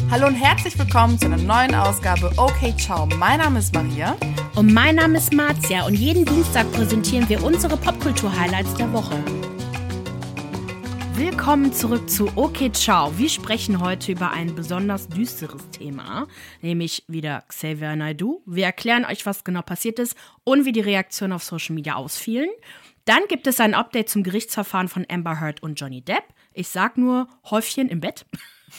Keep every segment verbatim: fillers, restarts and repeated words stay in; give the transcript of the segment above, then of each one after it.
Hallo und herzlich willkommen zu einer neuen Ausgabe Okay Ciao. Mein Name ist Maria. Und mein Name ist Marzia und jeden Dienstag präsentieren wir unsere Popkultur-Highlights der Woche. Willkommen zurück zu Okay Ciao. Wir sprechen heute über ein besonders düsteres Thema, nämlich wieder Xavier Naidoo. Wir erklären euch, was genau passiert ist und wie die Reaktionen auf Social Media ausfielen. Dann gibt es ein Update zum Gerichtsverfahren von Amber Heard und Johnny Depp. Ich sag nur Häufchen im Bett.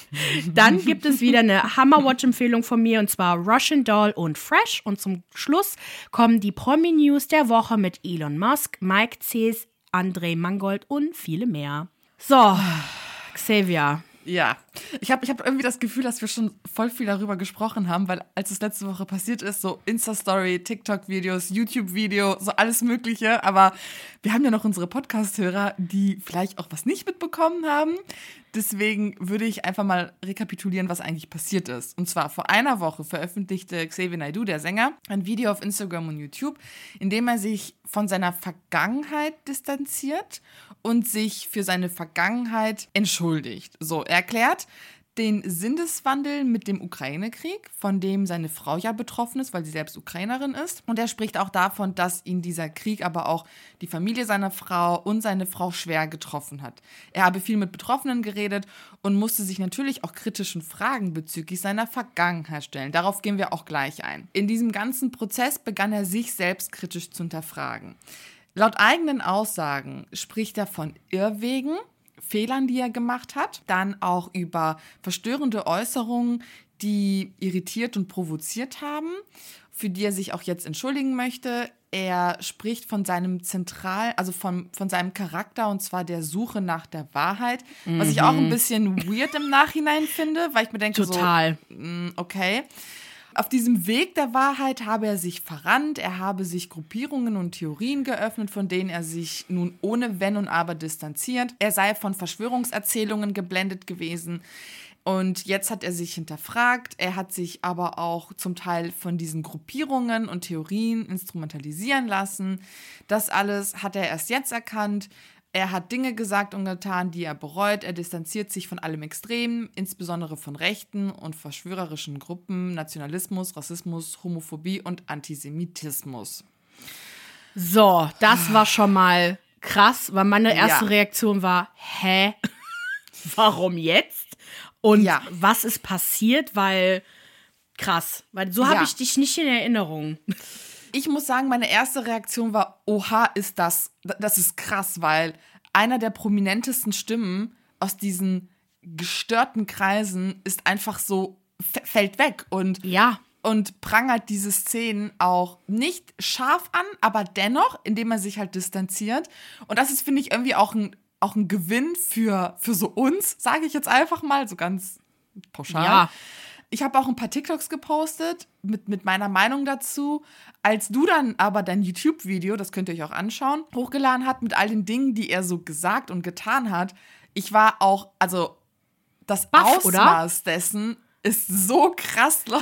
Dann gibt es wieder eine Hammer-Watch-Empfehlung von mir, und zwar Russian Doll und Fresh. Und zum Schluss kommen die Promi-News der Woche mit Elon Musk, Mike Cees, André Mangold und viele mehr. So, Xavier. Ja, ich habe ich hab irgendwie das Gefühl, dass wir schon voll viel darüber gesprochen haben, weil als es letzte Woche passiert ist, so Insta-Story, TikTok-Videos, YouTube-Video, so alles Mögliche. Aber wir haben ja noch unsere Podcast-Hörer, die vielleicht auch was nicht mitbekommen haben. Deswegen würde ich einfach mal rekapitulieren, was eigentlich passiert ist. Und zwar vor einer Woche veröffentlichte Xavier Naidoo, der Sänger, ein Video auf Instagram und YouTube, in dem er sich von seiner Vergangenheit distanziert und sich für seine Vergangenheit entschuldigt. So, er erklärt den Sinneswandel mit dem Ukraine-Krieg, von dem seine Frau ja betroffen ist, weil sie selbst Ukrainerin ist. Und er spricht auch davon, dass ihn dieser Krieg aber auch die Familie seiner Frau und seine Frau schwer getroffen hat. Er habe viel mit Betroffenen geredet und musste sich natürlich auch kritischen Fragen bezüglich seiner Vergangenheit stellen. Darauf gehen wir auch gleich ein. In diesem ganzen Prozess begann er sich selbst kritisch zu hinterfragen. Laut eigenen Aussagen spricht er von Irrwegen, Fehlern, die er gemacht hat, dann auch über verstörende Äußerungen, die irritiert und provoziert haben, für die er sich auch jetzt entschuldigen möchte. Er spricht von seinem Zentral, also von, von seinem Charakter, und zwar der Suche nach der Wahrheit, mhm. was ich auch ein bisschen weird im Nachhinein finde, weil ich mir denke, Total. so, okay. Auf diesem Weg der Wahrheit habe er sich verrannt, er habe sich Gruppierungen und Theorien geöffnet, von denen er sich nun ohne Wenn und Aber distanziert. Er sei von Verschwörungserzählungen geblendet gewesen und jetzt hat er sich hinterfragt. Er hat sich aber auch zum Teil von diesen Gruppierungen und Theorien instrumentalisieren lassen. Das alles hat er erst jetzt erkannt. Er hat Dinge gesagt und getan, die er bereut. Er distanziert sich von allem Extremen, insbesondere von rechten und verschwörerischen Gruppen, Nationalismus, Rassismus, Homophobie und Antisemitismus. So, das war schon mal krass, weil meine erste Ja. Reaktion war, hä? Warum jetzt? Und Ja. was ist passiert? Weil, krass, weil so habe Ja. ich dich nicht in Erinnerung. Ich muss sagen, meine erste Reaktion war, oha, ist das, das ist krass, weil einer der prominentesten Stimmen aus diesen gestörten Kreisen ist einfach so, f- fällt weg und, Ja. und prangert diese Szenen auch nicht scharf an, aber dennoch, indem er sich halt distanziert. Und das ist, finde ich, irgendwie auch ein, auch ein Gewinn für, für so uns, sage ich jetzt einfach mal, so ganz pauschal. Ja. Ich habe auch ein paar TikToks gepostet mit, mit meiner Meinung dazu. Als du dann aber dein YouTube-Video, das könnt ihr euch auch anschauen, hochgeladen hast mit all den Dingen, die er so gesagt und getan hat, ich war auch, also das Baff, Ausmaß oder? dessen ist so krass, Leute.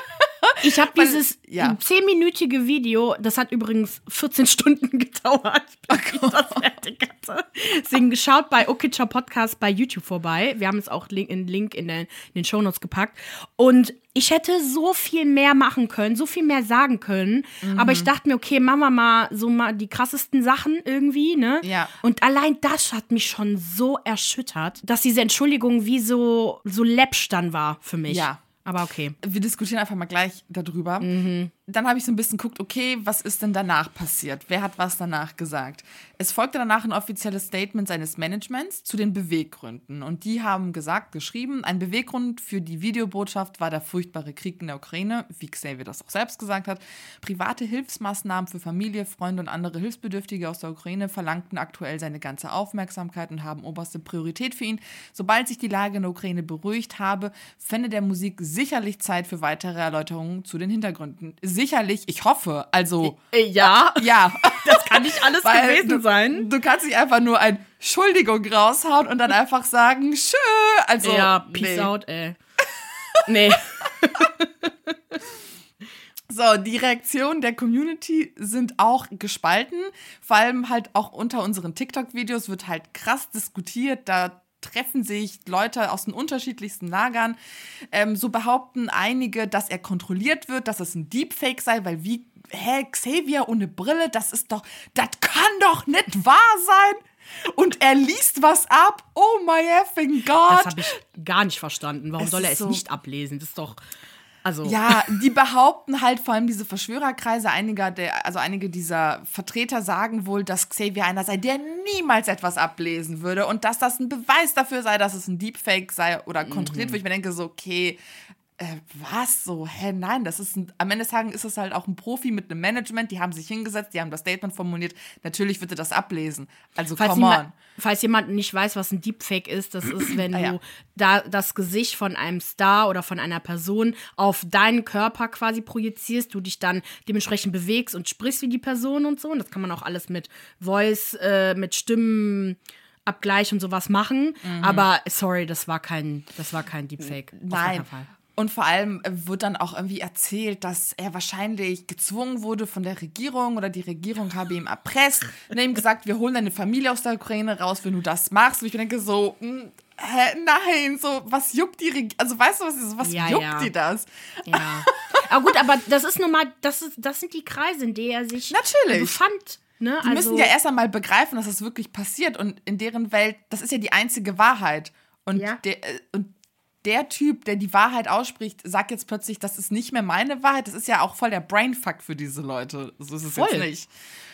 Ich habe dieses ja. zehnminütige Video, das hat übrigens vierzehn Stunden gedauert, bis ich das fertig hatte. Deswegen geschaut bei Okay Ciao Podcast bei YouTube vorbei. Wir haben es auch einen Link in den, in den Shownotes gepackt. Und ich hätte so viel mehr machen können, so viel mehr sagen können. Mhm. Aber ich dachte mir, okay, machen wir mal so mal die krassesten Sachen irgendwie, ne? Ja. Und allein das hat mich schon so erschüttert, dass diese Entschuldigung wie so, so läppsch dann war für mich. Ja. Aber okay. Wir diskutieren einfach mal gleich darüber. Mhm. Dann habe ich so ein bisschen geguckt, okay, was ist denn danach passiert? Wer hat was danach gesagt? Es folgte danach ein offizielles Statement seines Managements zu den Beweggründen. Und die haben gesagt, geschrieben, ein Beweggrund für die Videobotschaft war der furchtbare Krieg in der Ukraine, wie Xavier das auch selbst gesagt hat. Private Hilfsmaßnahmen für Familie, Freunde und andere Hilfsbedürftige aus der Ukraine verlangten aktuell seine ganze Aufmerksamkeit und haben oberste Priorität für ihn. Sobald sich die Lage in der Ukraine beruhigt habe, fände der Musik sicherlich Zeit für weitere Erläuterungen zu den Hintergründen. Sicherlich, ich hoffe, also... Ja, ja. Das kann nicht alles gewesen du, sein. Du kannst nicht einfach nur ein Entschuldigung raushauen und dann einfach sagen, tschö. Also, ja, peace nee. out, ey. Nee. So, die Reaktionen der Community sind auch gespalten. Vor allem halt auch unter unseren TikTok-Videos wird halt krass diskutiert. Da treffen sich Leute aus den unterschiedlichsten Lagern. Ähm, so behaupten einige, dass er kontrolliert wird, dass es ein Deepfake sei, weil wie, hä, Xavier ohne Brille, das ist doch, das kann doch nicht wahr sein. Und er liest was ab. Oh my effing God. Das habe ich gar nicht verstanden. Warum Es soll er ist es so- nicht ablesen? Das ist doch, also... Ja, die behaupten halt, vor allem diese Verschwörerkreise, einiger der, also einige dieser Vertreter sagen wohl, dass Xavier einer sei, der niemals etwas ablesen würde und dass das ein Beweis dafür sei, dass es ein Deepfake sei oder kontrolliert wird. Ich mir denke so, okay, äh, was so? Hä, nein, das ist ein, am Ende des Tages ist es halt auch ein Profi mit einem Management, die haben sich hingesetzt, die haben das Statement formuliert, natürlich wird er das ablesen. Also, Falls, come on. niemand, falls jemand nicht weiß, was ein Deepfake ist, das ist, wenn Ah, ja. du da das Gesicht von einem Star oder von einer Person auf deinen Körper quasi projizierst, du dich dann dementsprechend bewegst und sprichst wie die Person und so. Und das kann man auch alles mit Voice, äh, mit Stimmenabgleich und sowas machen. Mhm. Aber sorry, das war kein, das war kein Deepfake. Auf Nein. keinen Fall. Und vor allem wird dann auch irgendwie erzählt, dass er wahrscheinlich gezwungen wurde von der Regierung oder die Regierung habe ihm erpresst und ihm gesagt, wir holen deine Familie aus der Ukraine raus, wenn du das machst. Und ich denke so, mh, hä, nein, so, was juckt die Regierung? Also weißt du, was, was Ja, juckt ja. die das? Ja. Aber gut, aber das ist nun mal, das, ist, das sind die Kreise, in denen er sich Natürlich. befand. Ne? Die müssen ja erst einmal begreifen, dass das wirklich passiert. Und in deren Welt, das ist ja die einzige Wahrheit. Und, Ja. der, äh, und der Typ, der die Wahrheit ausspricht, sagt jetzt plötzlich, das ist nicht mehr meine Wahrheit. Das ist ja auch voll der Brainfuck für diese Leute. So ist es Voll. jetzt nicht.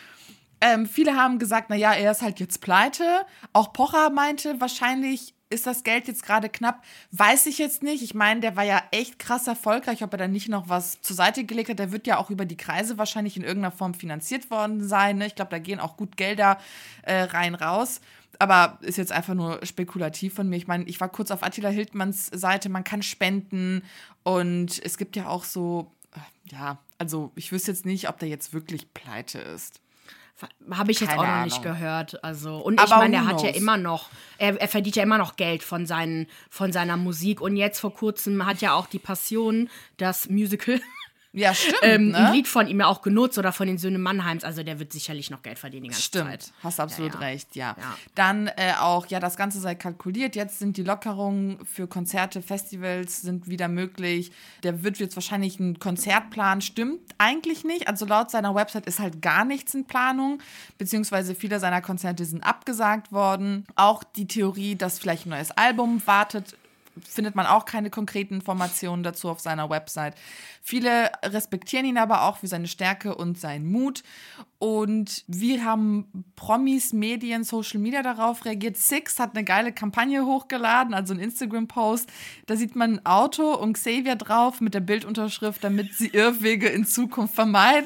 Ähm, viele haben gesagt, naja, er ist halt jetzt pleite. Auch Pocher meinte, wahrscheinlich ist das Geld jetzt gerade knapp. Weiß ich jetzt nicht. Ich meine, der war ja echt krass erfolgreich, ob er dann nicht noch was zur Seite gelegt hat. Der wird ja auch über die Kreise wahrscheinlich in irgendeiner Form finanziert worden sein. Ne? Ich glaube, da gehen auch gut Gelder äh, rein, raus. Aber ist jetzt einfach nur spekulativ von mir. Ich meine, ich war kurz auf Attila Hildmanns Seite, man kann spenden und es gibt ja auch so, äh, ja, also ich wüsste jetzt nicht, ob der jetzt wirklich pleite ist. Habe ich jetzt Keine auch noch Ahnung. nicht gehört. Also, und Aber ich meine, who er hat ja knows? immer noch, er, er verdient ja immer noch Geld von, seinen, von seiner Musik. Und jetzt vor kurzem hat ja auch die Passion, das Musical, Ja, stimmt, ähm, ne? ein Lied von ihm ja auch genutzt oder von den Söhnen Mannheims. Also der wird sicherlich noch Geld verdienen die ganze Stimmt, Zeit. hast absolut Ja, ja. recht, ja. Ja. Dann äh, auch, ja, das Ganze sei kalkuliert. Jetzt sind die Lockerungen für Konzerte, Festivals sind wieder möglich. Der wird jetzt wahrscheinlich ein Konzertplan, stimmt eigentlich nicht. Also laut seiner Website ist halt gar nichts in Planung, beziehungsweise viele seiner Konzerte sind abgesagt worden. Auch die Theorie, dass vielleicht ein neues Album wartet, findet man auch keine konkreten Informationen dazu auf seiner Website. Viele respektieren ihn aber auch für seine Stärke und seinen Mut. Und wir haben Promis, Medien, Social Media darauf reagiert. Six hat eine geile Kampagne hochgeladen, also ein Instagram-Post. Da sieht man ein Auto und Xavier drauf mit der Bildunterschrift, damit sie Irrwege in Zukunft vermeiden.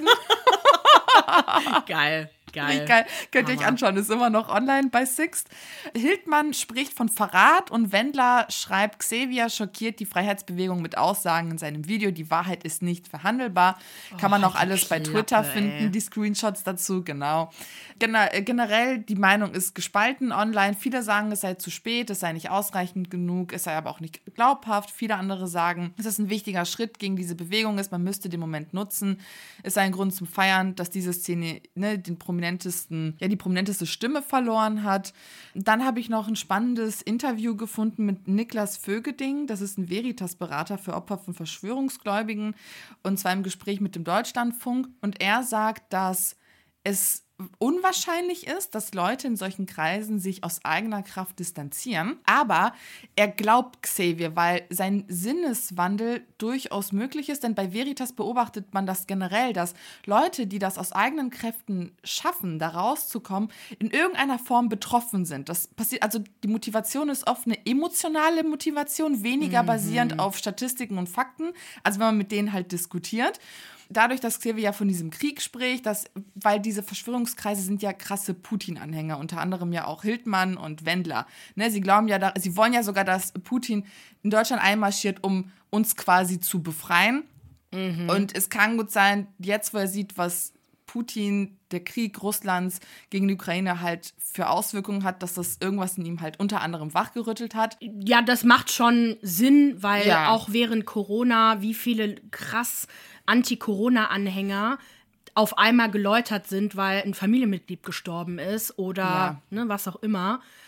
Geil, geil. Richtig geil. Könnt ihr euch Hammer. anschauen, ist immer noch online bei Sixt. Hildmann spricht von Verrat und Wendler schreibt, Xavier schockiert die Freiheitsbewegung mit Aussagen in seinem Video. Die Wahrheit ist nicht verhandelbar. Kann man Oh, auch die alles bei Klappe, Twitter ey. finden, die Screenshots dazu, genau. Gener äh, generell, die Meinung ist gespalten online. Viele sagen, es sei zu spät, es sei nicht ausreichend genug, es sei aber auch nicht glaubhaft. Viele andere sagen, es ist ein wichtiger Schritt gegen diese Bewegung ist, man müsste den Moment nutzen. Es sei ein Grund zum Feiern, dass diese Szene ne, den prominentesten, ja, die prominenteste Stimme verloren hat. Dann habe ich noch ein spannendes Interview gefunden mit Niklas Vögeding. Das ist ein Veritas-Berater für Opfer von Verschwörungsgläubigen. Und zwar im Gespräch mit dem Deutschlandfunk. Und er sagt, dass es unwahrscheinlich ist, dass Leute in solchen Kreisen sich aus eigener Kraft distanzieren. Aber er glaubt Xavier, weil sein Sinneswandel durchaus möglich ist. Denn bei Veritas beobachtet man das generell, dass Leute, die das aus eigenen Kräften schaffen, da rauszukommen, in irgendeiner Form betroffen sind. Das passiert, also die Motivation ist oft eine emotionale Motivation, weniger Mhm. basierend auf Statistiken und Fakten, also wenn man mit denen halt diskutiert. Dadurch, dass Xavier ja von diesem Krieg spricht, dass, weil diese Verschwörungskreise sind ja krasse Putin-Anhänger, unter anderem ja auch Hildmann und Wendler. Ne, sie glauben ja, da, sie wollen ja sogar, dass Putin in Deutschland einmarschiert, um uns quasi zu befreien. Mhm. Und es kann gut sein, jetzt, wo er sieht, was Putin, der Krieg Russlands gegen die Ukraine halt für Auswirkungen hat, dass das irgendwas in ihm halt unter anderem wachgerüttelt hat. Ja, das macht schon Sinn, weil Ja. auch während Corona, wie viele krass Anti-Corona-Anhänger auf einmal geläutert sind, weil ein Familienmitglied gestorben ist oder Ja. ne, was auch immer.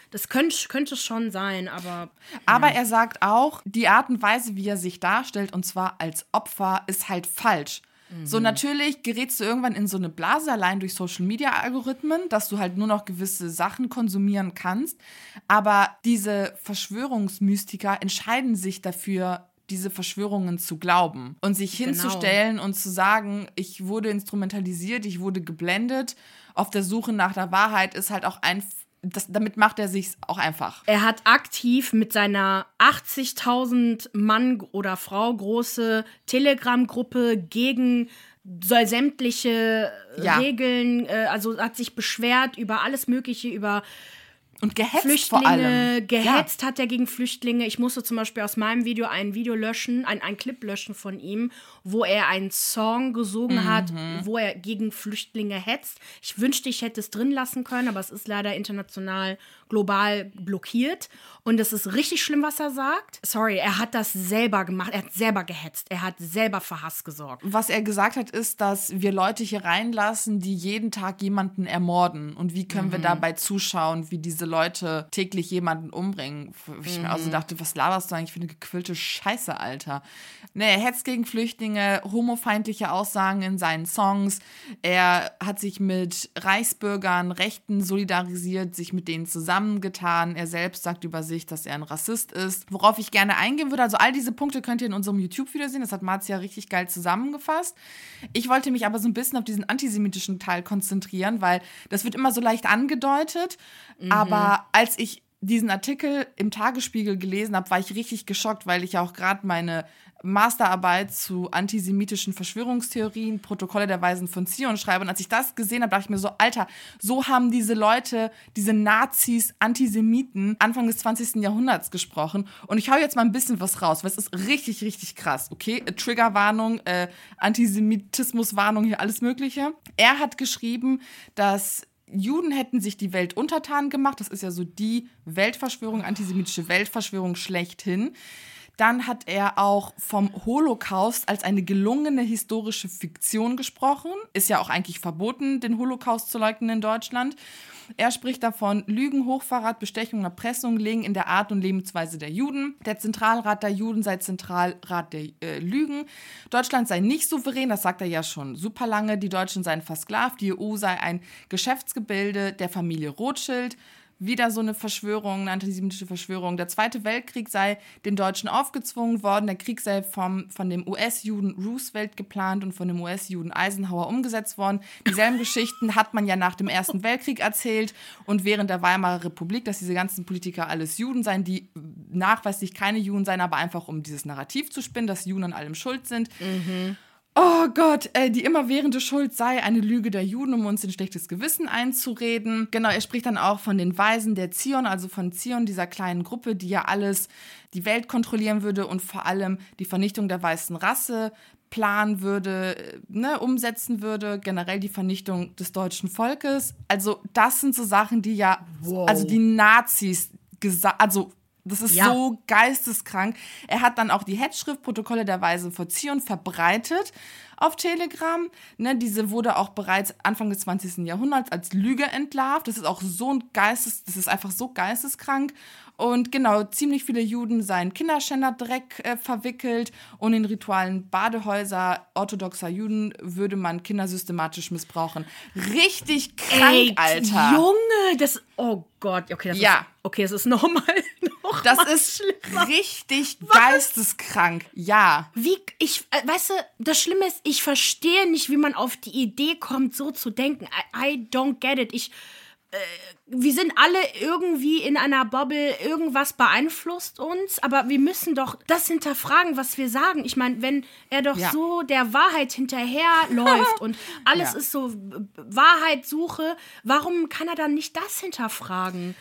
Das könnte, könnte schon sein, aber... Aber ja. Er sagt auch, die Art und Weise, wie er sich darstellt, und zwar als Opfer, ist halt falsch. Mhm. So, natürlich gerätst du irgendwann in so eine Blase, allein durch Social-Media-Algorithmen, dass du halt nur noch gewisse Sachen konsumieren kannst. Aber diese Verschwörungsmystiker entscheiden sich dafür, diese Verschwörungen zu glauben und sich hinzustellen genau. und zu sagen, ich wurde instrumentalisiert, ich wurde geblendet, auf der Suche nach der Wahrheit ist halt auch ein, das, damit macht er sich's auch einfach. Er hat aktiv mit seiner achtzigtausend Mann oder Frau große Telegram-Gruppe gegen soll sämtliche ja. Regeln, äh, also hat sich beschwert über alles Mögliche, über Und gehetzt Flüchtlinge, vor allem. gehetzt ja. hat er gegen Flüchtlinge. Ich musste zum Beispiel aus meinem Video ein Video löschen, ein, ein Clip löschen von ihm, wo er einen Song gesungen mhm. hat, wo er gegen Flüchtlinge hetzt. Ich wünschte, ich hätte es drin lassen können, aber es ist leider international, global blockiert. Und es ist richtig schlimm, was er sagt. Sorry, er hat das selber gemacht. Er hat selber gehetzt. Er hat selber für Hass gesorgt. Was er gesagt hat, ist, dass wir Leute hier reinlassen, die jeden Tag jemanden ermorden. Und wie können mhm. wir dabei zuschauen, wie diese Leute täglich jemanden umbringen? Ich mhm. mir also dachte, was laberst du eigentlich für eine gequillte Scheiße, Alter? Ne, er hetzt gegen Flüchtlinge, homofeindliche Aussagen in seinen Songs. Er hat sich mit Reichsbürgern, Rechten solidarisiert, sich mit denen zusammengetan. Er selbst sagt über sich, dass er ein Rassist ist. Worauf ich gerne eingehen würde, also all diese Punkte könnt ihr in unserem YouTube-Video sehen. Das hat Marzia richtig geil zusammengefasst. Ich wollte mich aber so ein bisschen auf diesen antisemitischen Teil konzentrieren, weil das wird immer so leicht angedeutet. Mhm. Aber als ich diesen Artikel im Tagesspiegel gelesen habe, war ich richtig geschockt, weil ich ja auch gerade meine Masterarbeit zu antisemitischen Verschwörungstheorien, Protokolle der Weisen von Zion schreibe. Und als ich das gesehen habe, dachte ich mir so, Alter, so haben diese Leute, diese Nazis, Antisemiten Anfang des zwanzigsten Jahrhunderts gesprochen. Und ich hau jetzt mal ein bisschen was raus, weil es ist richtig, richtig krass, okay? Triggerwarnung, äh, Antisemitismuswarnung, hier alles Mögliche. Er hat geschrieben, dass Juden hätten sich die Welt untertan gemacht. Das ist ja so die Weltverschwörung, antisemitische Weltverschwörung schlechthin. Dann hat er auch vom Holocaust als eine gelungene historische Fiktion gesprochen. Ist ja auch eigentlich verboten, den Holocaust zu leugnen in Deutschland. Er spricht davon, Lügen, Hochverrat, Bestechung und Erpressung liegen in der Art und Lebensweise der Juden. Der Zentralrat der Juden sei Zentralrat der äh, Lügen. Deutschland sei nicht souverän, das sagt er ja schon super lange. Die Deutschen seien versklavt, die E U sei ein Geschäftsgebilde der Familie Rothschild. Wieder so eine Verschwörung, eine antisemitische Verschwörung. Der Zweite Weltkrieg sei den Deutschen aufgezwungen worden. Der Krieg sei vom, von dem U S-Juden Roosevelt geplant und von dem U S-Juden Eisenhower umgesetzt worden. Dieselben Geschichten hat man ja nach dem Ersten Weltkrieg erzählt und während der Weimarer Republik, dass diese ganzen Politiker alles Juden seien, die nachweislich keine Juden seien, aber einfach um dieses Narrativ zu spinnen, dass Juden an allem schuld sind. Mhm. Oh Gott, äh, die immerwährende Schuld sei eine Lüge der Juden, um uns in schlechtes Gewissen einzureden. Genau, er spricht dann auch von den Weisen der Zion, also von Zion, dieser kleinen Gruppe, die ja alles, die Welt kontrollieren würde und vor allem die Vernichtung der weißen Rasse planen würde, ne, umsetzen würde, generell die Vernichtung des deutschen Volkes. Also das sind so Sachen, die ja, wow. also die Nazis gesagt, also das ist ja. so geisteskrank. Er hat dann auch die Hetzschrift Protokolle der Weisen von Zion verbreitet auf Telegram. Ne, diese wurde auch bereits Anfang des zwanzigsten Jahrhunderts als Lüge entlarvt. Das ist auch so ein Geistes, das ist einfach so geisteskrank. Und genau, ziemlich viele Juden seien Kinderschänderdreck äh, verwickelt und in Ritualen Badehäuser orthodoxer Juden würde man Kinder systematisch missbrauchen. Richtig krank, Ey, Alter. Junge, das, oh Gott, okay, das ja. ist, okay, das ist nochmal, noch das mal ist schlimmer. richtig Was? geisteskrank, ja. Wie, ich, äh, weißt du, das Schlimme ist, ich verstehe nicht, wie man auf die Idee kommt, so zu denken. I, I don't get it. Ich, äh, wir sind alle irgendwie in einer Bubble, irgendwas beeinflusst uns, aber wir müssen doch das hinterfragen, was wir sagen. Ich meine, wenn er doch ja. so der Wahrheit hinterherläuft und alles ja. ist so Wahrheitssuche, warum kann er dann nicht das hinterfragen?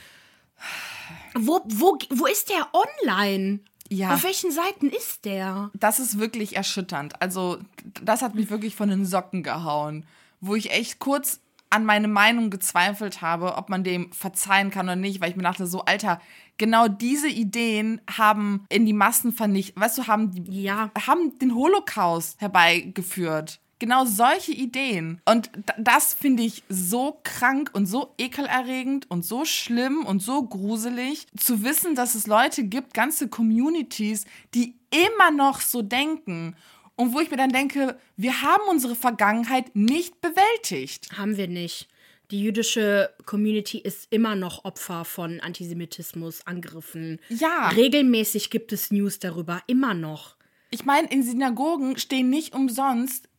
Wo, wo, wo ist der online? Ja. Auf welchen Seiten ist der? Das ist wirklich erschütternd. Also, das hat mich wirklich von den Socken gehauen, wo ich echt kurz an meine Meinung gezweifelt habe, ob man dem verzeihen kann oder nicht, weil ich mir dachte, so, Alter, genau diese Ideen haben in die Massen vernichtet, weißt du, haben, die, ja. haben den Holocaust herbeigeführt. Genau solche Ideen. Und d- das finde ich so krank und so ekelerregend und so schlimm und so gruselig, zu wissen, dass es Leute gibt, ganze Communities, die immer noch so denken. Und wo ich mir dann denke, wir haben unsere Vergangenheit nicht bewältigt. Haben wir nicht. Die jüdische Community ist immer noch Opfer von Antisemitismus, Angriffen. Ja. Regelmäßig gibt es News darüber, immer noch. Ich meine, in Synagogen stehen nicht umsonst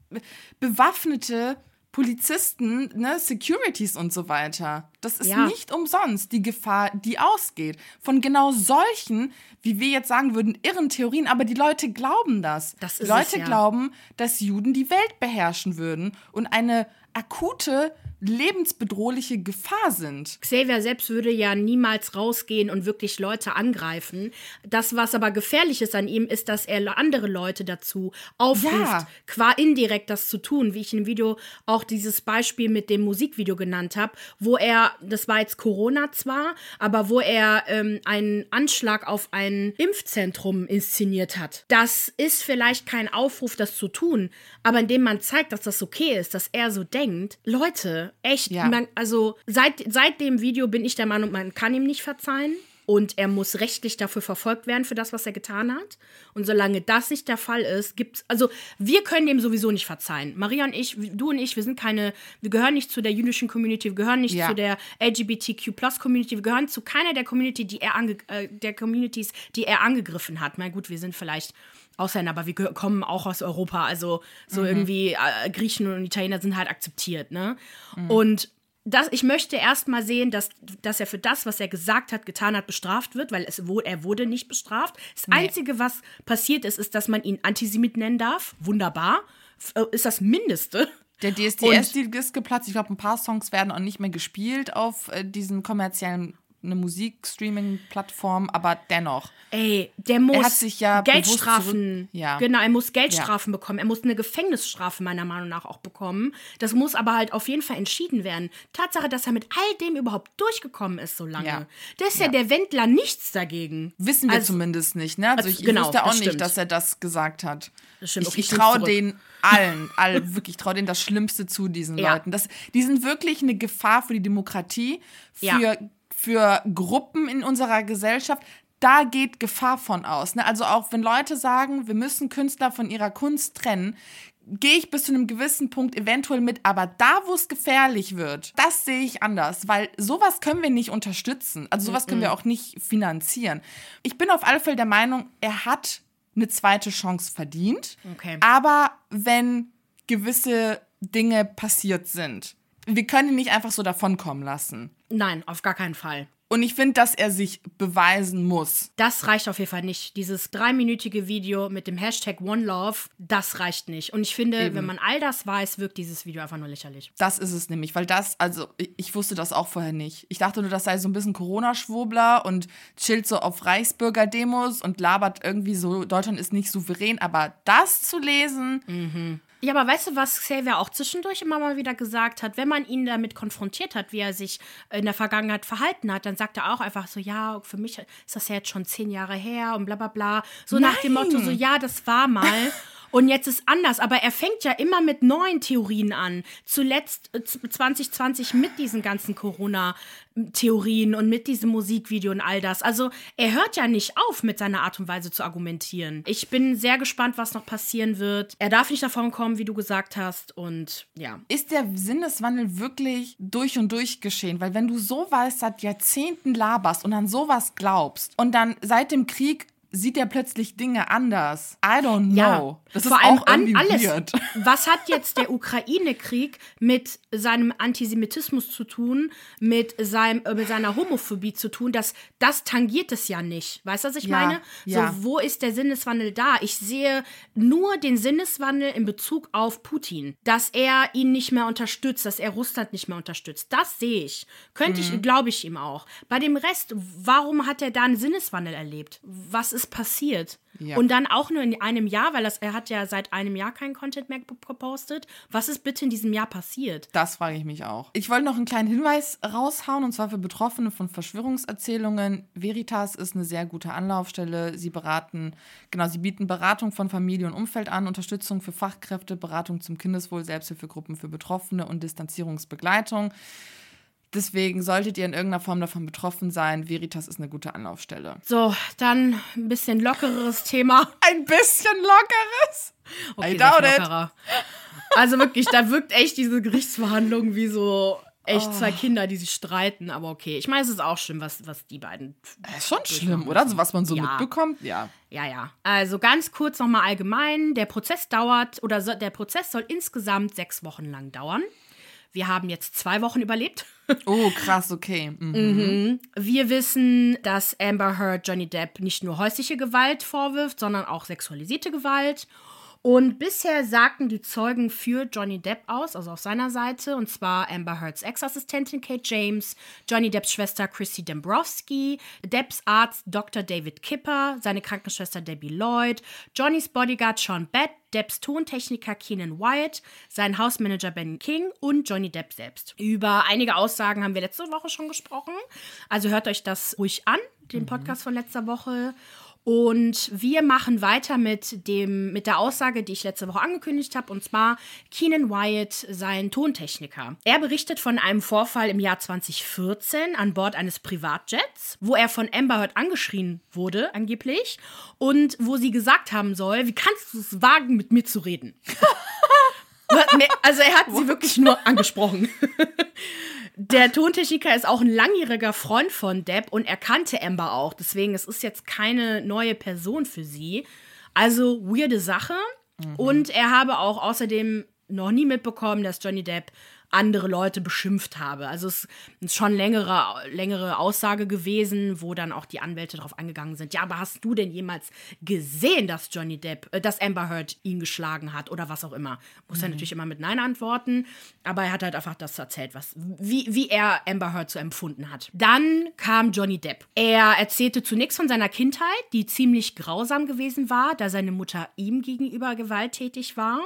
bewaffnete Polizisten, ne, Securities und so weiter. Das ist Ja. nicht umsonst die Gefahr, die ausgeht. Von genau solchen, wie wir jetzt sagen würden, irren Theorien, aber die Leute glauben das. Das die ist Leute es, ja. glauben, dass Juden die Welt beherrschen würden und eine akute, lebensbedrohliche Gefahr sind. Xavier selbst würde ja niemals rausgehen und wirklich Leute angreifen. Das, was aber gefährlich ist an ihm, ist, dass er andere Leute dazu aufruft, Ja. qua indirekt das zu tun, wie ich im Video auch dieses Beispiel mit dem Musikvideo genannt habe, wo er, das war jetzt Corona zwar, aber wo er ähm, einen Anschlag auf ein Impfzentrum inszeniert hat. Das ist vielleicht kein Aufruf, das zu tun, aber indem man zeigt, dass das okay ist, dass er so denkt, Leute, echt, Ja. man, also seit, seit dem Video bin ich der Meinung, man kann ihm nicht verzeihen und er muss rechtlich dafür verfolgt werden, für das, was er getan hat. Und solange das nicht der Fall ist, gibt's, also wir können dem sowieso nicht verzeihen. Maria und ich, du und ich, wir sind keine, wir gehören nicht zu der jüdischen Community, wir gehören nicht Ja. zu der L G B T Q Plus Community, wir gehören zu keiner der Community, die er ange, äh, der Communities, die er angegriffen hat. Na gut, wir sind vielleicht Ausländer, aber wir geh- kommen auch aus Europa, also so irgendwie äh, Griechen und Italiener sind halt akzeptiert, ne? Und das, ich möchte erst mal sehen, dass, dass er für das, was er gesagt hat, getan hat, bestraft wird, weil es, wo, er wurde nicht bestraft. Das Nee. Einzige, was passiert ist, ist, dass man ihn Antisemit nennen darf. Wunderbar. F- äh, ist das Mindeste. Der D S D S-Deal ist geplatzt. Ich glaube, ein paar Songs werden auch nicht mehr gespielt auf äh, diesen kommerziellen eine Musikstreaming-Plattform, aber dennoch. Ey, der muss hat sich ja bewusst Geldstrafen, zurück- ja. genau, er muss Geldstrafen bekommen. Er muss eine Gefängnisstrafe meiner Meinung nach auch bekommen. Das muss aber halt auf jeden Fall entschieden werden. Tatsache, dass er mit all dem überhaupt durchgekommen ist so lange. Ja. Da ist ja, Ja. der Wendler nichts dagegen. Wissen wir Also- zumindest nicht, ne? Also ich, ich genau, wusste auch das nicht, stimmt. dass er das gesagt hat. Das stimmt. Ich, Okay, ich ich nehm's traue zurück. denen allen, all, wirklich, ich traue denen das Schlimmste zu, diesen Ja. Leuten. Das, die sind wirklich eine Gefahr für die Demokratie, für, Ja. für Gruppen in unserer Gesellschaft. Da geht Gefahr von aus. Ne? Also auch wenn Leute sagen, wir müssen Künstler von ihrer Kunst trennen, gehe ich bis zu einem gewissen Punkt eventuell mit. Aber da, wo es gefährlich wird, das sehe ich anders. Weil sowas können wir nicht unterstützen. Also sowas können wir auch nicht finanzieren. Ich bin auf alle Fälle der Meinung, er hat eine zweite Chance verdient. Okay. Aber wenn gewisse Dinge passiert sind, wir können ihn nicht einfach so davonkommen lassen. Nein, auf gar keinen Fall. Und ich finde, dass er sich beweisen muss. Das reicht auf jeden Fall nicht. Dieses dreiminütige Video mit dem Hashtag OneLove, das reicht nicht. Und ich finde, Eben. wenn man all das weiß, wirkt dieses Video einfach nur lächerlich. Das ist es nämlich, weil das, also ich, ich wusste das auch vorher nicht. Ich dachte nur, das sei so ein bisschen Corona-Schwurbler und chillt so auf Reichsbürger-Demos und labert irgendwie so, Deutschland ist nicht souverän. Aber das zu lesen, Ja, aber weißt du, was Xavier auch zwischendurch immer mal wieder gesagt hat? Wenn man ihn damit konfrontiert hat, wie er sich in der Vergangenheit verhalten hat, dann sagt er auch einfach so, ja, für mich ist das ja jetzt schon zehn Jahre her und bla bla bla. So nach dem Nein. Motto, so ja, das war mal. Und jetzt ist anders, aber er fängt ja immer mit neuen Theorien an. Zuletzt äh, zwanzig zwanzig mit diesen ganzen Corona-Theorien und mit diesem Musikvideo und all das. Also er hört ja nicht auf, mit seiner Art und Weise zu argumentieren. Ich bin sehr gespannt, was noch passieren wird. Er darf nicht davon kommen, wie du gesagt hast. Und ja. ist der Sinneswandel wirklich durch und durch geschehen? Weil wenn du sowas seit Jahrzehnten laberst und an sowas glaubst und dann seit dem Krieg sieht er plötzlich Dinge anders. I don't know. Ja, das vor ist allem auch irgendwie an alles. weird. Was hat jetzt der Ukraine-Krieg mit seinem Antisemitismus zu tun, mit, seinem, äh, mit seiner Homophobie zu tun? Das, das tangiert es ja nicht. Weißt du, was ich Ja, meine? ja. So, wo ist der Sinneswandel da? Ich sehe nur den Sinneswandel in Bezug auf Putin. Dass er ihn nicht mehr unterstützt, dass er Russland nicht mehr unterstützt. Das sehe ich. Könnte Mhm. ich, glaube ich ihm auch. Bei dem Rest, warum hat er da einen Sinneswandel erlebt? Was ist ist passiert? Ja. Und dann auch nur in einem Jahr, weil das, er hat ja seit einem Jahr keinen Content mehr gepostet. Was ist bitte in diesem Jahr passiert? Das frage ich mich auch. Ich wollte noch einen kleinen Hinweis raushauen, und zwar für Betroffene von Verschwörungserzählungen. Veritas ist eine sehr gute Anlaufstelle. Sie beraten, genau, sie bieten Beratung von Familie und Umfeld an, Unterstützung für Fachkräfte, Beratung zum Kindeswohl, Selbsthilfegruppen für Betroffene und Distanzierungsbegleitung. Deswegen solltet ihr in irgendeiner Form davon betroffen sein, Veritas ist eine gute Anlaufstelle. So, dann ein bisschen lockeres Thema. Ein bisschen lockeres? Okay, I doubt sehr it. lockerer. Also wirklich, da wirkt echt diese Gerichtsverhandlung wie so echt oh. zwei Kinder, die sich streiten. Aber okay, ich meine, es ist auch schlimm, was, was die beiden... Das ist schon schlimm, oder? So, was man so ja. mitbekommt, ja. Ja, ja. Also ganz kurz nochmal allgemein. Der Prozess dauert, oder so, der Prozess soll insgesamt sechs Wochen lang dauern. Wir haben jetzt zwei Wochen überlebt. Oh, krass, okay. Mhm. Mhm. Wir wissen, dass Amber Heard Johnny Depp nicht nur häusliche Gewalt vorwirft, sondern auch sexualisierte Gewalt. Und bisher sagten die Zeugen für Johnny Depp aus, also auf seiner Seite, und zwar Amber Heards Ex-Assistentin Kate James, Johnny Depps Schwester Chrissy Dombrowski, Depps Arzt Doktor David Kipper, seine Krankenschwester Debbie Lloyd, Johnnys Bodyguard Sean Bett, Depps Tontechniker Keenan Wyatt, sein Hausmanager Ben King und Johnny Depp selbst. Über einige Aussagen haben wir letzte Woche schon gesprochen, also hört euch das ruhig an, den Podcast von letzter Woche. Und wir machen weiter mit dem mit der Aussage, die ich letzte Woche angekündigt habe, und zwar Keenan Wyatt, sein Tontechniker. Er berichtet von einem Vorfall im Jahr zwanzig vierzehn an Bord eines Privatjets, wo er von Amber Heard angeschrien wurde, angeblich, und wo sie gesagt haben soll, wie kannst du es wagen, mit mir zu reden? Also er hat sie wirklich nur angesprochen. Der Tontechniker ist auch ein langjähriger Freund von Depp und er kannte Amber auch. Deswegen, es ist jetzt keine neue Person für sie. Also, weirde Sache. Mhm. Und er habe auch außerdem noch nie mitbekommen, dass Johnny Depp andere Leute beschimpft habe. Also es ist schon längere, längere Aussage gewesen, wo dann auch die Anwälte darauf angegangen sind. Ja, aber hast du denn jemals gesehen, dass Johnny Depp, äh, dass Amber Heard ihn geschlagen hat oder was auch immer? Muss mhm. er natürlich immer mit Nein antworten, aber er hat halt einfach das erzählt, was, wie, wie er Amber Heard so empfunden hat. Dann kam Johnny Depp. Er erzählte zunächst von seiner Kindheit, die ziemlich grausam gewesen war, da seine Mutter ihm gegenüber gewalttätig war.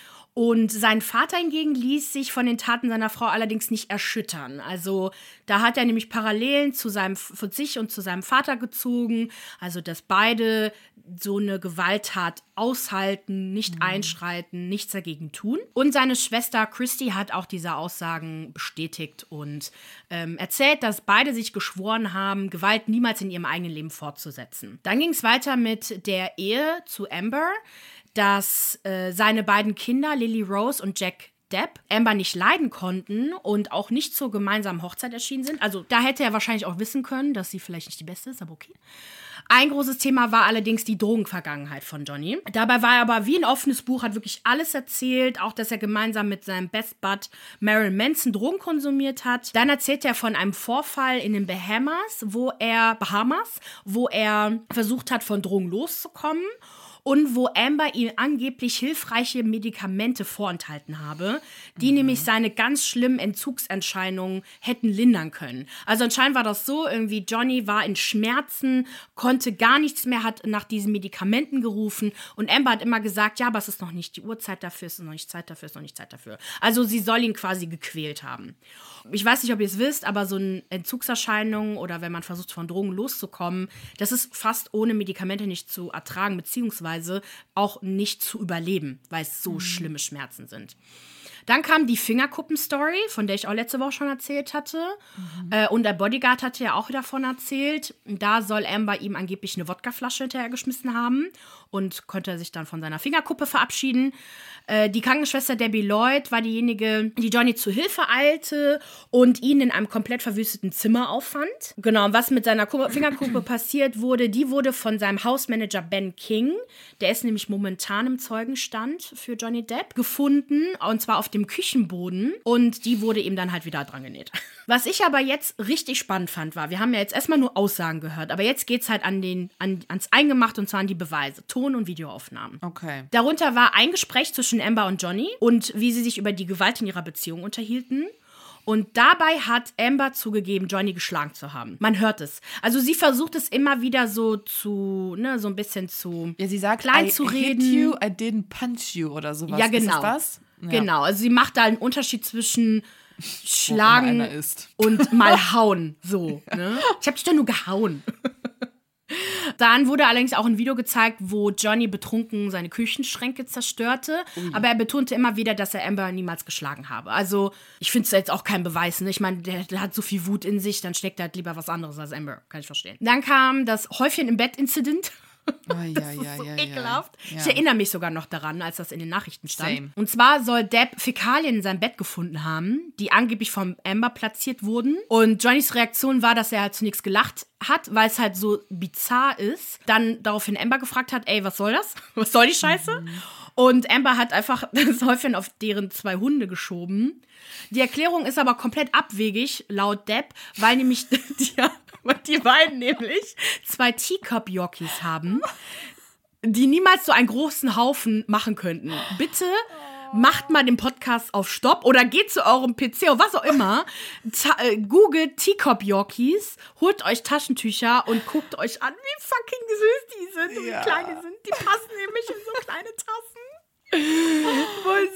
Und sein Vater hingegen ließ sich von den Taten seiner Frau allerdings nicht erschüttern. Also da hat er nämlich Parallelen zu seinem, von sich und zu seinem Vater gezogen. Also dass beide so eine Gewalttat aushalten, nicht mhm. einschreiten, nichts dagegen tun. Und seine Schwester Christy hat auch diese Aussagen bestätigt und ähm, erzählt, dass beide sich geschworen haben, Gewalt niemals in ihrem eigenen Leben fortzusetzen. Dann ging es weiter mit der Ehe zu Amber, dass äh, seine beiden Kinder, Lily Rose und Jack Depp, Amber nicht leiden konnten und auch nicht zur gemeinsamen Hochzeit erschienen sind. Also da hätte er wahrscheinlich auch wissen können, dass sie vielleicht nicht die Beste ist, aber okay. Ein großes Thema war allerdings die Drogenvergangenheit von Johnny. Dabei war er aber wie ein offenes Buch, hat wirklich alles erzählt, auch dass er gemeinsam mit seinem Best Bud Marilyn Manson Drogen konsumiert hat. Dann erzählt er von einem Vorfall in den Bahamas, wo er, Bahamas, wo er versucht hat, von Drogen loszukommen. Und wo Amber ihm angeblich hilfreiche Medikamente vorenthalten habe, die mhm. nämlich seine ganz schlimmen Entzugserscheinungen hätten lindern können. Also anscheinend war das so, irgendwie Johnny war in Schmerzen, konnte gar nichts mehr, hat nach diesen Medikamenten gerufen und Amber hat immer gesagt, ja, aber es ist noch nicht die Uhrzeit dafür, es ist noch nicht Zeit dafür, es ist noch nicht Zeit dafür. Also sie soll ihn quasi gequält haben. Ich weiß nicht, ob ihr es wisst, aber so eine Entzugserscheinung oder wenn man versucht, von Drogen loszukommen, das ist fast ohne Medikamente nicht zu ertragen, beziehungsweise auch nicht zu überleben, weil es so mhm. schlimme Schmerzen sind. Dann kam die Fingerkuppen-Story, von der ich auch letzte Woche schon erzählt hatte. Mhm. Äh, und der Bodyguard hatte ja auch davon erzählt. Da soll Amber ihm angeblich eine Wodkaflasche hinterhergeschmissen haben und konnte sich dann von seiner Fingerkuppe verabschieden. Äh, die Krankenschwester Debbie Lloyd war diejenige, die Johnny zu Hilfe eilte und ihn in einem komplett verwüsteten Zimmer auffand. Genau, und was mit seiner Ku- Fingerkuppe passiert wurde, die wurde von seinem Hausmanager Ben King, der ist nämlich momentan im Zeugenstand für Johnny Depp, gefunden, und zwar auf dem Küchenboden, und die wurde ihm dann halt wieder dran genäht. Was ich aber jetzt richtig spannend fand, war, wir haben ja jetzt erstmal nur Aussagen gehört, aber jetzt geht's halt an den, an, ans Eingemachte, und zwar an die Beweise, Ton- und Videoaufnahmen. Okay. Darunter war ein Gespräch zwischen Amber und Johnny und wie sie sich über die Gewalt in ihrer Beziehung unterhielten. Und dabei hat Amber zugegeben, Johnny geschlagen zu haben. Man hört es. Also sie versucht es immer wieder so zu, ne, so ein bisschen zu ja, sie sagt, klein I zu hit reden. you, I didn't punch you oder sowas. Ja, genau. Ist das das? Ja. Genau, also sie macht da einen Unterschied zwischen schlagen einer ist. und mal hauen. So, ne? Ich hab dich doch nur gehauen. Dann wurde allerdings auch ein Video gezeigt, wo Johnny betrunken seine Küchenschränke zerstörte. Ui. Aber er betonte immer wieder, dass er Amber niemals geschlagen habe. Also, ich finde es jetzt auch kein Beweis. Ne? Ich meine, der, der hat so viel Wut in sich, dann steckt er halt lieber was anderes als Amber. Kann ich verstehen. Dann kam das Häufchen im Bett-Incident. Oh, ja, das ist ja, so ja, ekelhaft. Ja. Ich erinnere mich sogar noch daran, als das in den Nachrichten stand. Same. Und zwar soll Deb Fäkalien in seinem Bett gefunden haben, die angeblich vom Amber platziert wurden. Und Johnnys Reaktion war, dass er halt zunächst gelacht hat, weil es halt so bizarr ist. Dann daraufhin Amber gefragt hat, ey, was soll das? Was soll die Scheiße? Mhm. Und Amber hat einfach das Häufchen auf deren zwei Hunde geschoben. Die Erklärung ist aber komplett abwegig, laut Deb, weil nämlich die, die beiden nämlich zwei Teacup-Yorkies haben, die niemals so einen großen Haufen machen könnten. Bitte macht mal den Podcast auf Stopp oder geht zu eurem P C oder was auch immer, ta- äh, googelt Teacup-Yorkies, holt euch Taschentücher und guckt euch an, wie fucking süß die sind und Ja. wie klein die sind. Die passen nämlich in so kleine Tassen. Voll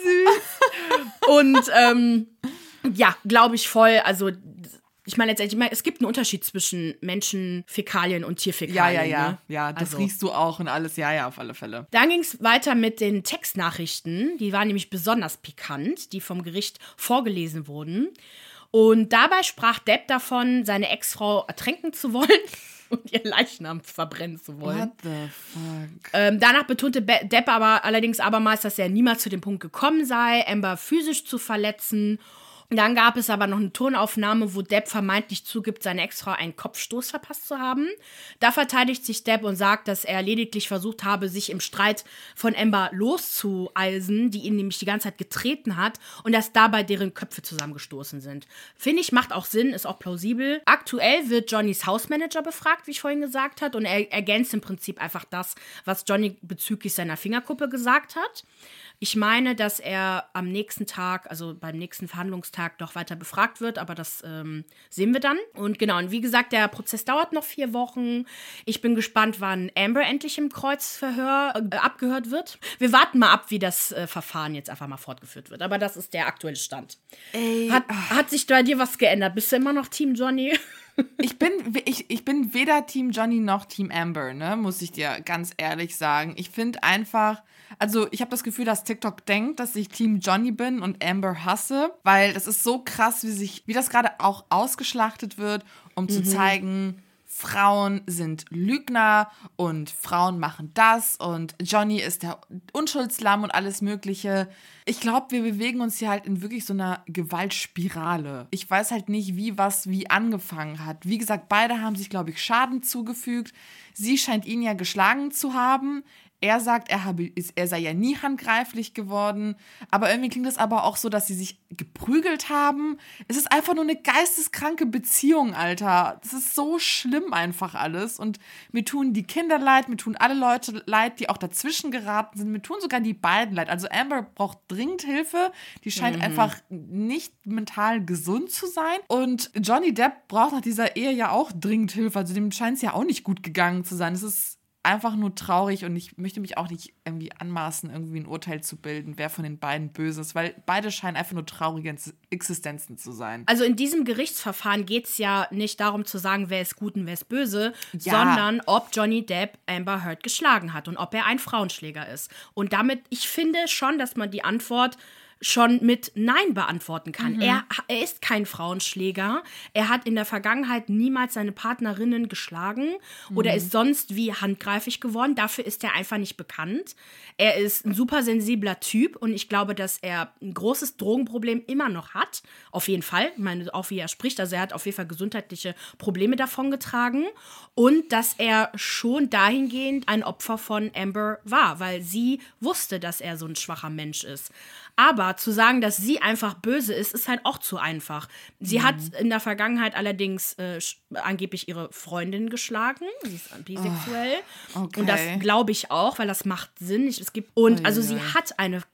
süß. Und ähm, ja, glaube ich voll, also ich meine letztendlich, ich meine, es gibt einen Unterschied zwischen Menschenfäkalien und Tierfäkalien. Ja, ja, ja. Ne? Ja, das Also. riechst du auch und alles. Ja, ja, auf alle Fälle. Dann ging es weiter mit den Textnachrichten. Die waren nämlich besonders pikant, die vom Gericht vorgelesen wurden. Und dabei sprach Deb davon, seine Ex-Frau ertränken zu wollen und ihr Leichnam verbrennen zu wollen. What the fuck? Ähm, danach betonte Be- Deb aber allerdings abermals, dass er niemals zu dem Punkt gekommen sei, Amber physisch zu verletzen. Dann gab es aber noch eine Tonaufnahme, wo Deb vermeintlich zugibt, seine Ex-Frau einen Kopfstoß verpasst zu haben. Da verteidigt sich Deb und sagt, dass er lediglich versucht habe, sich im Streit von Amber loszueisen, die ihn nämlich die ganze Zeit getreten hat und dass dabei deren Köpfe zusammengestoßen sind. Finde ich, macht auch Sinn, ist auch plausibel. Aktuell wird Johnnys Hausmanager befragt, wie ich vorhin gesagt habe, und er ergänzt im Prinzip einfach das, was Johnny bezüglich seiner Fingerkuppe gesagt hat. Ich meine, dass er am nächsten Tag, also beim nächsten Verhandlungstag, noch weiter befragt wird, aber das ähm, sehen wir dann. Und genau, und wie gesagt, der Prozess dauert noch vier Wochen. Ich bin gespannt, wann Amber endlich im Kreuzverhör äh, abgehört wird. Wir warten mal ab, wie das äh, Verfahren jetzt einfach mal fortgeführt wird. Aber das ist der aktuelle Stand. Ey, hat, hat sich bei dir was geändert? Bist du immer noch Team Johnny? Ich bin, ich, ich bin weder Team Johnny noch Team Amber, ne, muss ich dir ganz ehrlich sagen. Ich finde einfach, also ich habe das Gefühl, dass TikTok denkt, dass ich Team Johnny bin und Amber hasse, weil das ist so krass, wie sich, wie das gerade auch ausgeschlachtet wird, um mhm. zu zeigen, Frauen sind Lügner und Frauen machen das und Johnny ist der Unschuldslamm und alles Mögliche. Ich glaube, wir bewegen uns hier halt in wirklich so einer Gewaltspirale. Ich weiß halt nicht, wie was wie angefangen hat. Wie gesagt, beide haben sich, glaube ich, Schaden zugefügt. Sie scheint ihn ja geschlagen zu haben. Er sagt, er, habe, er sei ja nie handgreiflich geworden. Aber irgendwie klingt es aber auch so, dass sie sich geprügelt haben. Es ist einfach nur eine geisteskranke Beziehung, Alter. Das ist so schlimm einfach alles. Und mir tun die Kinder leid, mir tun alle Leute leid, die auch dazwischen geraten sind. Mir tun sogar die beiden leid. Also Amber braucht dringend Hilfe. Die scheint mhm. einfach nicht mental gesund zu sein. Und Johnny Depp braucht nach dieser Ehe ja auch dringend Hilfe. Also dem scheint es ja auch nicht gut gegangen zu sein. Es ist einfach nur traurig und ich möchte mich auch nicht irgendwie anmaßen, irgendwie ein Urteil zu bilden, wer von den beiden böse ist, weil beide scheinen einfach nur traurige Existenzen zu sein. Also in diesem Gerichtsverfahren geht es ja nicht darum zu sagen, wer ist gut und wer ist böse, ja. sondern ob Johnny Depp Amber Heard geschlagen hat und ob er ein Frauenschläger ist. Und damit, ich finde schon, dass man die Antwort schon mit Nein beantworten kann. Mhm. Er, er ist kein Frauenschläger. Er hat in der Vergangenheit niemals seine Partnerinnen geschlagen mhm. oder ist sonst wie handgreiflich geworden. Dafür ist er einfach nicht bekannt. Er ist ein super sensibler Typ und ich glaube, dass er ein großes Drogenproblem immer noch hat. Auf jeden Fall. Ich meine, auch wie er spricht. Also er hat auf jeden Fall gesundheitliche Probleme davongetragen und dass er schon dahingehend ein Opfer von Amber war, weil sie wusste, dass er so ein schwacher Mensch ist. Aber zu sagen, dass sie einfach böse ist, ist halt auch zu einfach. Sie mhm. hat in der Vergangenheit allerdings äh, angeblich ihre Freundin geschlagen. Sie ist bisexuell. Oh, okay. Und das glaube ich auch, weil das macht Sinn. Ich, es gibt, und oh, also ja. sie hat eine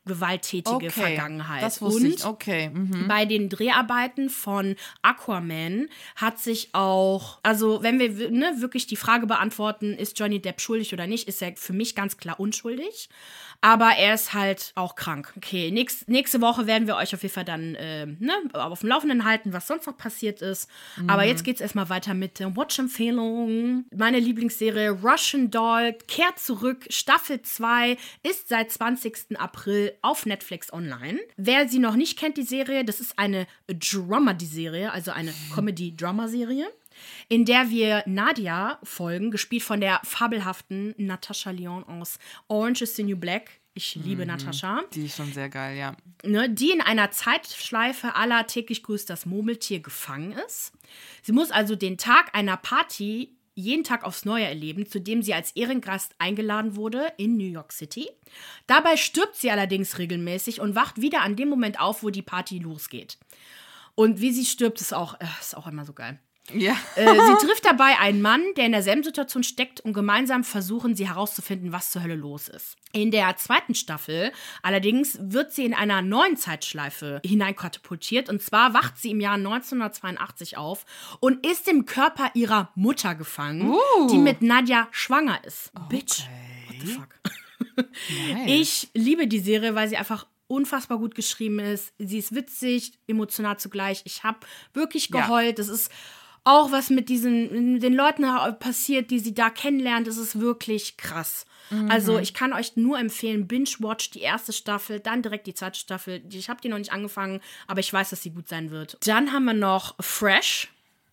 gewalttätige okay. Vergangenheit. Das wusste Und ich. Okay. Mhm. bei den Dreharbeiten von Aquaman hat sich auch, also wenn wir ne, wirklich die Frage beantworten, ist Johnny Depp schuldig oder nicht, ist er für mich ganz klar unschuldig. Aber er ist halt auch krank. Okay, nächst, nächste Woche werden wir euch auf jeden Fall dann äh, ne, auf dem Laufenden halten, was sonst noch passiert ist. Mhm. Aber jetzt geht's erstmal weiter mit der Watch-Empfehlung. Meine Lieblingsserie Russian Doll kehrt zurück. Staffel zwei ist seit zwanzigsten April auf Netflix online. Wer sie noch nicht kennt, die Serie, das ist eine Dramedy-Serie, also eine Comedy-Drama-Serie, in der wir Nadia folgen, gespielt von der fabelhaften Natasha Lyonne aus Orange is the New Black. Ich liebe mhm. Natascha. Die ist schon sehr geil, ja. Ne, die in einer Zeitschleife à la täglich grüßt das Murmeltier gefangen ist. Sie muss also den Tag einer Party jeden Tag aufs Neue erleben, zu dem sie als Ehrengast eingeladen wurde in New York City. Dabei stirbt sie allerdings regelmäßig und wacht wieder an dem Moment auf, wo die Party losgeht. Und wie sie stirbt, ist auch, äh, ist auch immer so geil. Ja. äh, sie trifft dabei einen Mann, der in derselben Situation steckt, und gemeinsam versuchen sie herauszufinden, was zur Hölle los ist. In der zweiten Staffel allerdings wird sie in einer neuen Zeitschleife hineinkatapultiert, und zwar wacht sie im Jahr neunzehnhundertzweiundachtzig auf und ist im Körper ihrer Mutter gefangen, uh. die mit Nadia schwanger ist. Okay. Bitch, what the fuck? Nice. Ich liebe die Serie, weil sie einfach unfassbar gut geschrieben ist. Sie ist witzig, emotional zugleich. Ich habe wirklich geheult. Ja. Das ist auch was mit diesen den Leuten passiert, die sie da kennenlernt. Das ist wirklich krass. Mhm. Also ich kann euch nur empfehlen, binge-watch die erste Staffel, dann direkt die zweite Staffel. Ich habe die noch nicht angefangen, aber ich weiß, dass sie gut sein wird. Dann haben wir noch Fresh.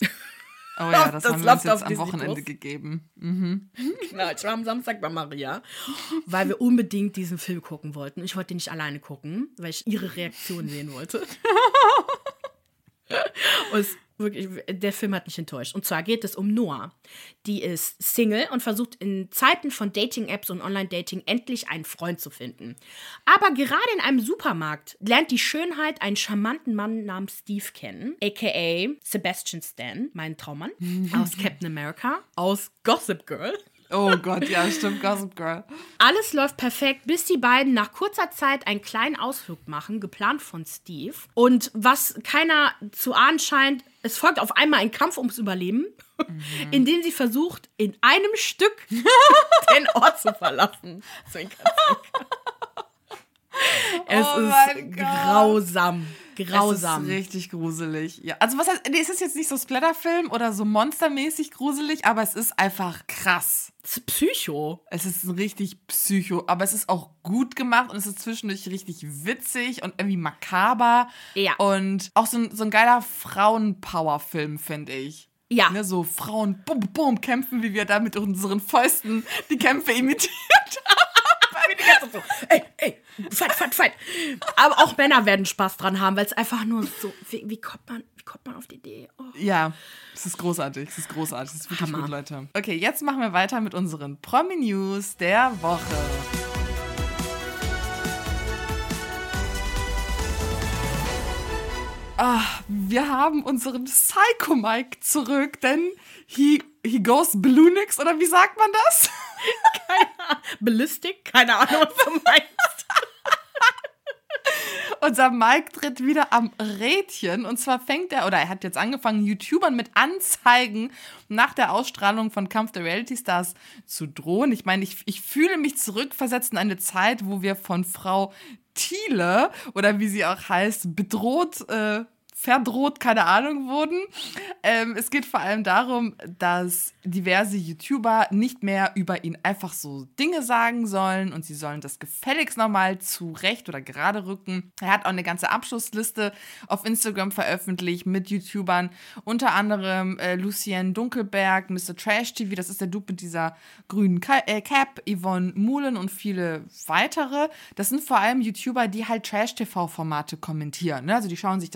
Oh ja, das, das haben wir uns jetzt am Wochenende Plus. gegeben. Mhm. Genau, ich war am Samstag bei Maria, weil wir unbedingt diesen Film gucken wollten. Ich wollte ihn nicht alleine gucken, weil ich ihre Reaktion sehen wollte. Und es, wirklich, der Film hat mich enttäuscht. Und zwar geht es um Noah. Die ist Single und versucht in Zeiten von Dating-Apps und Online-Dating endlich einen Freund zu finden. Aber gerade in einem Supermarkt lernt die Schönheit einen charmanten Mann namens Steve kennen, aka Sebastian Stan, mein Traummann, aus Captain America, aus Gossip Girl. Oh Gott, ja, stimmt, Gossip Girl. Alles läuft perfekt, bis die beiden nach kurzer Zeit einen kleinen Ausflug machen, geplant von Steve. Und was keiner zu ahnen scheint, es folgt auf einmal ein Kampf ums Überleben, mhm. in dem sie versucht, in einem Stück den Ort zu verlassen. Es oh ist grausam. Grausam. Es ist richtig gruselig. Ja. Also was heißt, nee, es ist jetzt nicht so Splatterfilm oder so monstermäßig gruselig, aber es ist einfach krass. Es ist Psycho. Es ist richtig Psycho, aber es ist auch gut gemacht und es ist zwischendurch richtig witzig und irgendwie makaber. Ja. Und auch so ein, so ein geiler Frauen-Power-Film, finde ich. Ja. Ne, so Frauen, bum, bum, kämpfen, wie wir da mit unseren Fäusten die Kämpfe imitiert haben. So, ey, ey, fight, fight, fight. Aber auch Männer werden Spaß dran haben, weil es einfach nur so, wie, wie, kommt man, wie kommt man auf die Idee? Oh. Ja, es ist großartig, es ist großartig, es ist wirklich Hammer. gut, Leute. Okay, jetzt machen wir weiter mit unseren Promi-News der Woche. Ah, wir haben unseren Psycho-Mike zurück, denn he, he goes Balloonix, oder wie sagt man das? Keine Ahnung. Ballistic? Keine Ahnung, was du meinst. Unser Mike tritt wieder am Rädchen. Und zwar fängt er, oder er hat jetzt angefangen, YouTubern mit Anzeigen nach der Ausstrahlung von Kampf der Reality Stars zu drohen. Ich meine, ich, ich fühle mich zurückversetzt in eine Zeit, wo wir von Frau Thiele, oder wie sie auch heißt, bedroht, äh, verdroht, keine Ahnung, wurden. Ähm, es geht vor allem darum, dass diverse YouTuber nicht mehr über ihn einfach so Dinge sagen sollen und sie sollen das gefälligst nochmal zurecht oder gerade rücken. Er hat auch eine ganze Abschlussliste auf Instagram veröffentlicht mit YouTubern, unter anderem äh, Lucien Dunkelberg, Mister Trash T V, das ist der Dude mit dieser grünen Ka- äh, Cap, Yvonne Muhlen und viele weitere. Das sind vor allem YouTuber, die halt Trash-T V-Formate kommentieren. Ne? Also die schauen sich das an,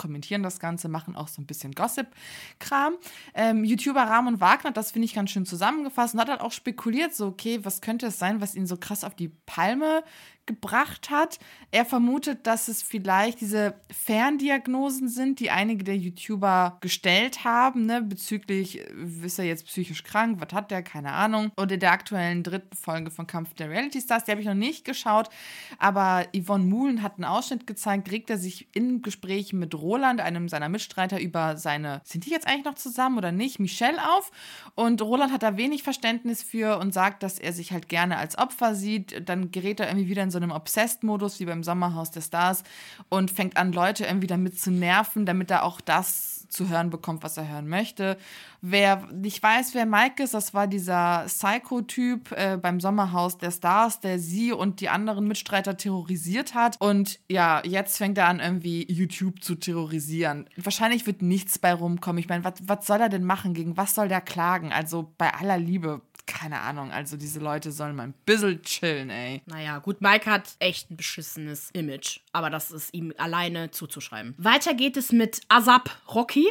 kommentieren das Ganze, machen auch so ein bisschen Gossip-Kram. Ähm, YouTuber Ramon Wagner, das finde ich ganz schön zusammengefasst und hat halt auch spekuliert, so okay, was könnte es sein, was ihn so krass auf die Palme gebracht hat. Er vermutet, dass es vielleicht diese Ferndiagnosen sind, die einige der YouTuber gestellt haben, ne, bezüglich, ist er jetzt psychisch krank, was hat der, keine Ahnung. Und in der aktuellen dritten Folge von Kampf der Reality Stars, die habe ich noch nicht geschaut, aber Yvonne Muhlen hat einen Ausschnitt gezeigt, regt er sich in Gesprächen mit Roland, einem seiner Mitstreiter, über seine, sind die jetzt eigentlich noch zusammen oder nicht, Michelle auf. Und Roland hat da wenig Verständnis für und sagt, dass er sich halt gerne als Opfer sieht. Dann gerät er irgendwie wieder in so einem Obsessed-Modus, wie beim Sommerhaus der Stars, und fängt an, Leute irgendwie damit zu nerven, damit er auch das zu hören bekommt, was er hören möchte. Wer nicht weiß, wer Mike ist, das war dieser Psycho-Typ äh, beim Sommerhaus der Stars, der sie und die anderen Mitstreiter terrorisiert hat. Und ja, jetzt fängt er an, irgendwie YouTube zu terrorisieren. Wahrscheinlich wird nichts bei rumkommen. Ich meine, was soll er denn machen? Gegen was soll der klagen? Also bei aller Liebe, keine Ahnung, also diese Leute sollen mal ein bisschen chillen, ey. Naja, gut, Mike hat echt ein beschissenes Image, aber das ist ihm alleine zuzuschreiben. Weiter geht es mit A$AP Rocky.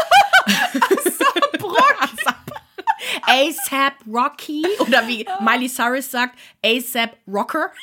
A$AP Rocky. A$AP Rocky. Oder wie Miley Cyrus sagt, A$AP Rocker.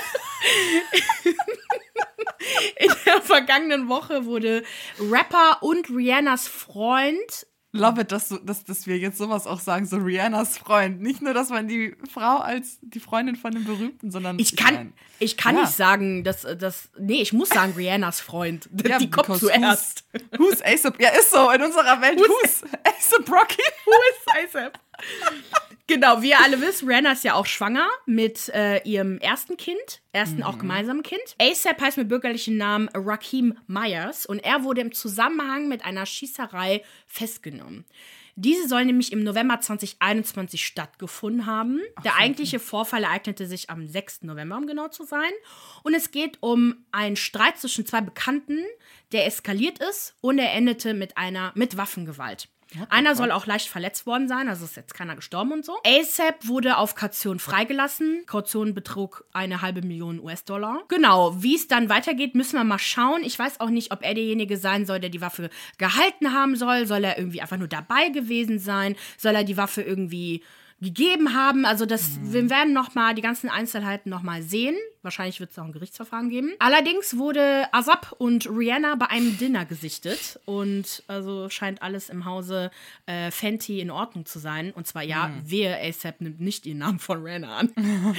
In der vergangenen Woche wurde Rapper und Rihannas Freund. Love it, dass, du, dass, dass wir jetzt sowas auch sagen, so Rihannas Freund. Nicht nur, dass man die Frau als die Freundin von dem Berühmten, sondern... Ich kann, ich mein, ich kann ja. nicht sagen, dass... dass nee, ich muss sagen Rihannas Freund. Ja, die kommt zuerst. Who's, who's A$AP? Ja, ist so, in unserer Welt. Who's, who's A$AP Rocky? Who is A$AP? Genau, wie ihr alle wisst, Rihanna ist ja auch schwanger mit äh, ihrem ersten Kind, ersten mhm. auch gemeinsamen Kind. A$AP heißt mit bürgerlichen Namen Rakim Myers und er wurde im Zusammenhang mit einer Schießerei festgenommen. Diese soll nämlich im November zwanzig einundzwanzig stattgefunden haben. Ach, der eigentliche Vorfall ereignete sich am sechsten November, um genau zu sein. Und es geht um einen Streit zwischen zwei Bekannten, der eskaliert ist und er endete mit einer mit Waffengewalt. Ja, einer soll auch leicht verletzt worden sein, also ist jetzt keiner gestorben und so. A$AP wurde auf Kaution freigelassen. Kaution betrug eine halbe Million U S-Dollar. Genau, wie es dann weitergeht, müssen wir mal schauen. Ich weiß auch nicht, ob er derjenige sein soll, der die Waffe gehalten haben soll. Soll er irgendwie einfach nur dabei gewesen sein? Soll er die Waffe irgendwie gegeben haben? Also das, mhm. wir werden noch mal die ganzen Einzelheiten noch mal sehen. Wahrscheinlich wird es auch ein Gerichtsverfahren geben. Allerdings wurde A$AP und Rihanna bei einem Dinner gesichtet. Und also scheint alles im Hause äh, Fenty in Ordnung zu sein. Und zwar, ja, mhm. wehe, A$AP nimmt nicht den Namen von Rihanna an.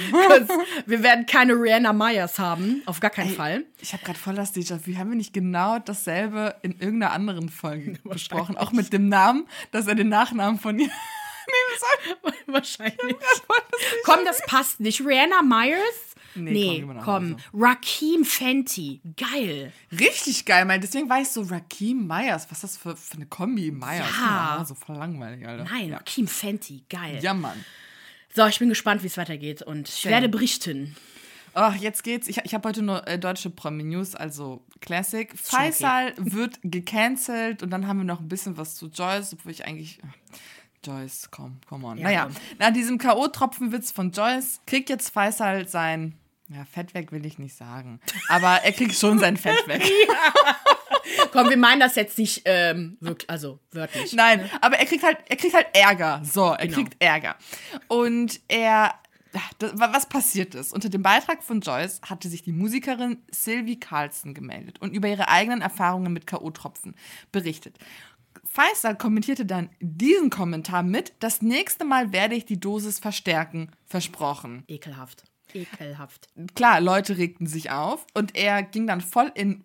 Wir werden keine Rihanna Myers haben. Auf gar keinen Ey, Fall. Ich habe gerade voll das Déjà-vu. Haben wir nicht genau dasselbe in irgendeiner anderen Folge besprochen? Auch mit dem Namen, dass er den Nachnamen von ihr nehmen soll? Wahrscheinlich. Komm, das passt nicht. Rihanna Myers? Nee, nee, komm, komm. So. Rakim Fenty. Geil. Richtig geil, weil deswegen war ich so, Rakim Myers. Was ist das für, für eine Kombi? Myers. Ja. Oh, so voll langweilig, Alter. Nein, ja. Rakim Fenty. Geil. Ja, Mann. So, ich bin gespannt, wie es weitergeht und ich werde berichten. Ach, jetzt geht's. Ich, ich habe heute nur äh, deutsche Promi-News, also Classic. Faisal okay. wird gecancelt und dann haben wir noch ein bisschen was zu Joyce, obwohl ich eigentlich... Joyce, komm, come on. Ja, naja, komm. Nach diesem K O-Tropfenwitz von Joyce kriegt jetzt Faisal sein, ja, Fett weg will ich nicht sagen, aber er kriegt schon sein Fett weg. Ja. Komm, wir meinen das jetzt nicht ähm, wirklich, also wörtlich. Nein, aber er kriegt halt, er kriegt halt Ärger. So, er genau. kriegt Ärger. Und er, das, was passiert ist? Unter dem Beitrag von Joyce hatte sich die Musikerin Sylvie Carlson gemeldet und über ihre eigenen Erfahrungen mit K O-Tropfen berichtet. Faisal kommentierte dann diesen Kommentar mit: Das nächste Mal werde ich die Dosis verstärken. Versprochen. Ekelhaft. Ekelhaft. Klar, Leute regten sich auf und er ging dann voll in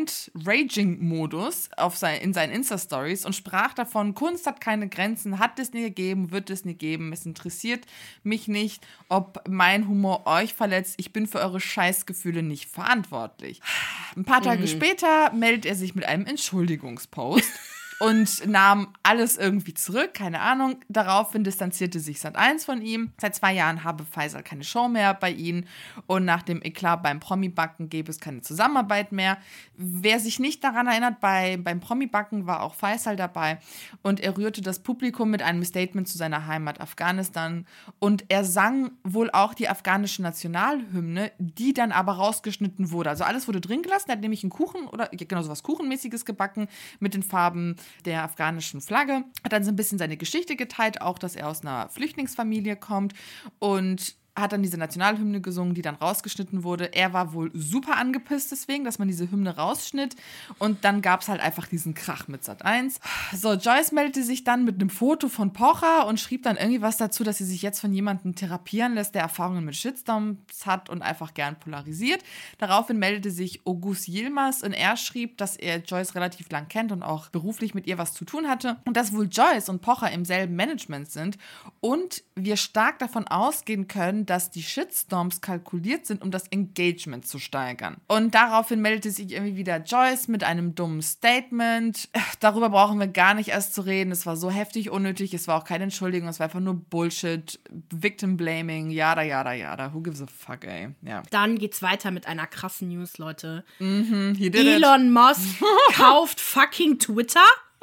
Rant-Raging-Modus auf sein, in seinen Insta-Stories und sprach davon, Kunst hat keine Grenzen, hat es nie gegeben, wird es nie geben. Es interessiert mich nicht, ob mein Humor euch verletzt. Ich bin für eure Scheißgefühle nicht verantwortlich. Ein paar Tage mhm. später meldet er sich mit einem Entschuldigungspost. und nahm alles irgendwie zurück, keine Ahnung. Daraufhin distanzierte sich Sat eins von ihm. Seit zwei Jahren habe Faisal keine Show mehr bei ihnen und nach dem Eklat beim Promi-Backen gäbe es keine Zusammenarbeit mehr. Wer sich nicht daran erinnert, bei, beim Promi-Backen war auch Faisal dabei und er rührte das Publikum mit einem Statement zu seiner Heimat Afghanistan und er sang wohl auch die afghanische Nationalhymne, die dann aber rausgeschnitten wurde. Also alles wurde drin gelassen, er hat nämlich einen Kuchen oder genau so was Kuchenmäßiges gebacken mit den Farben der afghanischen Flagge, hat dann so ein bisschen seine Geschichte geteilt, auch, dass er aus einer Flüchtlingsfamilie kommt und hat dann diese Nationalhymne gesungen, die dann rausgeschnitten wurde. Er war wohl super angepisst deswegen, dass man diese Hymne rausschnitt. Und dann gab es halt einfach diesen Krach mit Sat eins. So, Joyce meldete sich dann mit einem Foto von Pocher und schrieb dann irgendwie was dazu, dass sie sich jetzt von jemandem therapieren lässt, der Erfahrungen mit Shitstorms hat und einfach gern polarisiert. Daraufhin meldete sich Ogus Yilmaz und er schrieb, dass er Joyce relativ lang kennt und auch beruflich mit ihr was zu tun hatte. Und dass wohl Joyce und Pocher im selben Management sind und wir stark davon ausgehen können, dass die Shitstorms kalkuliert sind, um das Engagement zu steigern. Und daraufhin meldete sich irgendwie wieder Joyce mit einem dummen Statement. Darüber brauchen wir gar nicht erst zu reden. Es war so heftig unnötig, es war auch keine Entschuldigung, es war einfach nur Bullshit, Victim Blaming, yada, yada, yada. Who gives a fuck, ey. Ja. Dann geht's weiter mit einer krassen News, Leute. Mhm, he did Elon it. Musk kauft fucking Twitter.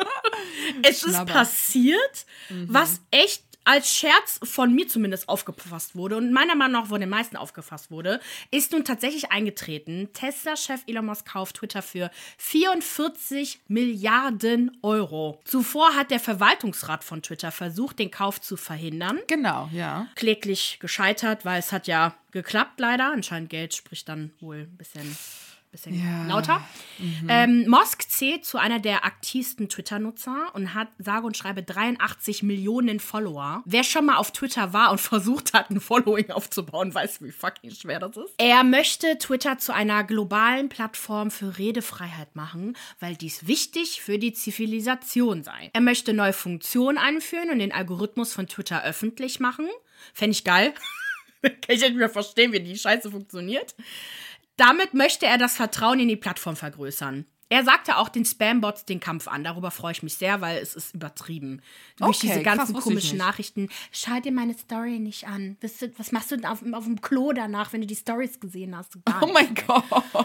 Es ist Schnabber. passiert, mhm. was echt als Scherz von mir zumindest aufgefasst wurde und meiner Meinung nach von den meisten aufgefasst wurde, ist nun tatsächlich eingetreten. Tesla-Chef Elon Musk kauft Twitter für vierundvierzig Milliarden Euro. Zuvor hat der Verwaltungsrat von Twitter versucht, den Kauf zu verhindern. Genau, ja. Kläglich gescheitert, weil es hat ja geklappt leider. Anscheinend Geld spricht dann wohl ein bisschen... bisschen ja. lauter. Mhm. Ähm, Musk zählt zu einer der aktivsten Twitter-Nutzer und hat sage und schreibe dreiundachtzig Millionen Follower. Wer schon mal auf Twitter war und versucht hat, ein Following aufzubauen, weiß, wie fucking schwer das ist. Er möchte Twitter zu einer globalen Plattform für Redefreiheit machen, weil dies wichtig für die Zivilisation sei. Er möchte neue Funktionen einführen und den Algorithmus von Twitter öffentlich machen. Fände ich geil. Kann ich nicht mehr verstehen, wie die Scheiße funktioniert. Damit möchte er das Vertrauen in die Plattform vergrößern. Er sagte auch den Spam-Bots den Kampf an. Darüber freue ich mich sehr, weil es ist übertrieben. Durch Okay, diese ganzen krass, komischen Nachrichten. Schau dir meine Story nicht an. Was machst du denn auf, auf dem Klo danach, wenn du die Stories gesehen hast? Gar Oh mein Gott.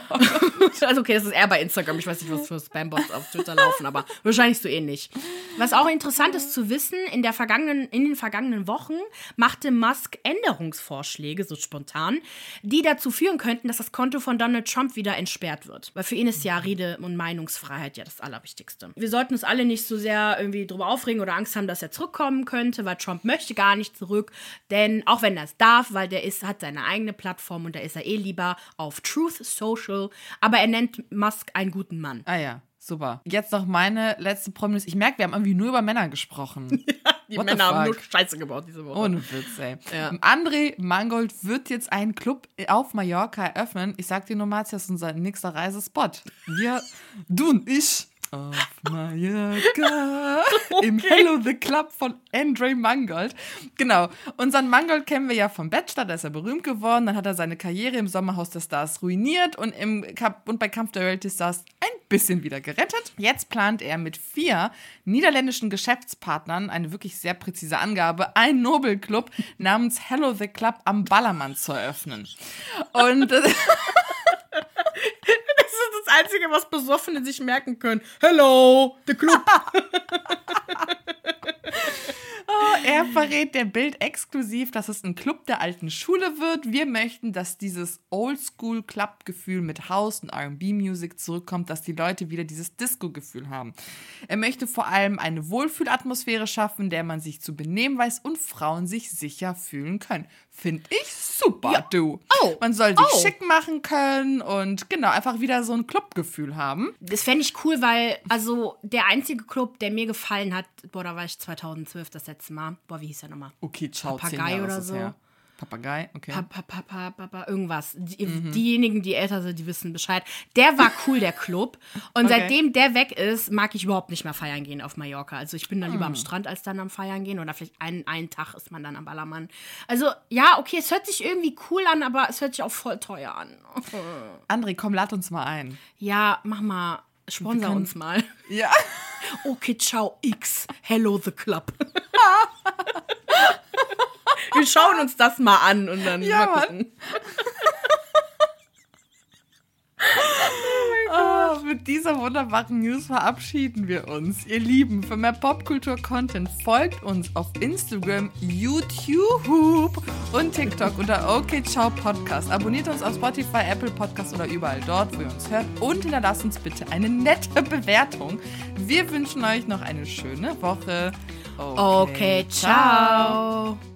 Also okay, das ist eher bei Instagram. Ich weiß nicht, was für Spam-Bots auf Twitter laufen, aber wahrscheinlich so ähnlich. Was auch interessant ist zu wissen, in, der vergangenen, in den vergangenen Wochen machte Musk Änderungsvorschläge, so spontan, die dazu führen könnten, dass das Konto von Donald Trump wieder entsperrt wird. Weil für ihn ist ja Rede und Meinungsfreiheit ja das Allerwichtigste. Wir sollten uns alle nicht so sehr irgendwie drüber aufregen oder Angst haben, dass er zurückkommen könnte, weil Trump möchte gar nicht zurück, denn auch wenn er es darf, weil der ist, hat seine eigene Plattform und da ist er eh lieber auf Truth Social, aber er nennt Musk einen guten Mann. Ah ja, super. Jetzt noch meine letzte Prominenz. Ich merke, wir haben irgendwie nur über Männer gesprochen. Die What the Männer haben fuck? nur Scheiße gebaut diese Woche. Ohne Witz, ey. Ja. André Mangold wird jetzt einen Club auf Mallorca eröffnen. Ich sag dir nur, Matthias, das ist unser nächster Reisespot. Wir, du und ich auf Mallorca okay. im Hello the Club von André Mangold. Genau. Unseren Mangold kennen wir ja vom Bachelor, da ist er berühmt geworden. Dann hat er seine Karriere im Sommerhaus der Stars ruiniert und, im Cup und bei Kampf der Reality Stars ein bisschen wieder gerettet. Jetzt plant er mit vier niederländischen Geschäftspartnern, eine wirklich sehr präzise Angabe, einen Nobelclub namens Hello the Club am Ballermann zu eröffnen. Und das ist das Einzige, was Besoffene sich merken können. Hello, the Club. Oh, er verrät der Bild exklusiv, dass es ein Club der alten Schule wird. Wir möchten, dass dieses Oldschool-Club-Gefühl mit House- und R and B-Musik zurückkommt, dass die Leute wieder dieses Disco-Gefühl haben. Er möchte vor allem eine Wohlfühlatmosphäre schaffen, in der man sich zu benehmen weiß und Frauen sich sicher fühlen können. Finde ich super, ja. du. Oh. Man soll sich oh. schick machen können und genau, einfach wieder so ein Clubgefühl haben. Das fände ich cool, weil, also, der einzige Club, der mir gefallen hat, boah, da war ich zweitausendzwölf das letzte Mal. Boah, wie hieß der nochmal? Okay, ciao, Papagei zehn Jahre oder ist es so. her. Papagei, okay. Papa, Papa, Papa, irgendwas. Die, mhm. Diejenigen, die älter sind, die wissen Bescheid. Der war cool, der Club. Und okay. seitdem der weg ist, mag ich überhaupt nicht mehr feiern gehen auf Mallorca. Also ich bin dann lieber mhm. am Strand, als dann am Feiern gehen. Oder vielleicht einen, einen Tag ist man dann am Ballermann. Also ja, okay, es hört sich irgendwie cool an, aber es hört sich auch voll teuer an. André, komm, lad uns mal ein. Ja, mach mal. Sponsor können- uns mal. Ja. Okay, ciao, X. Hello the Club. Wir schauen uns das mal an und dann Ja, mal gucken. Oh, mit dieser wunderbaren News verabschieden wir uns. Ihr Lieben, für mehr Popkultur-Content folgt uns auf Instagram, YouTube und TikTok unter Okay Ciao Podcast. Abonniert uns auf Spotify, Apple Podcast oder überall dort, wo ihr uns hört. Und hinterlasst uns bitte eine nette Bewertung. Wir wünschen euch noch eine schöne Woche. Okay, ciao.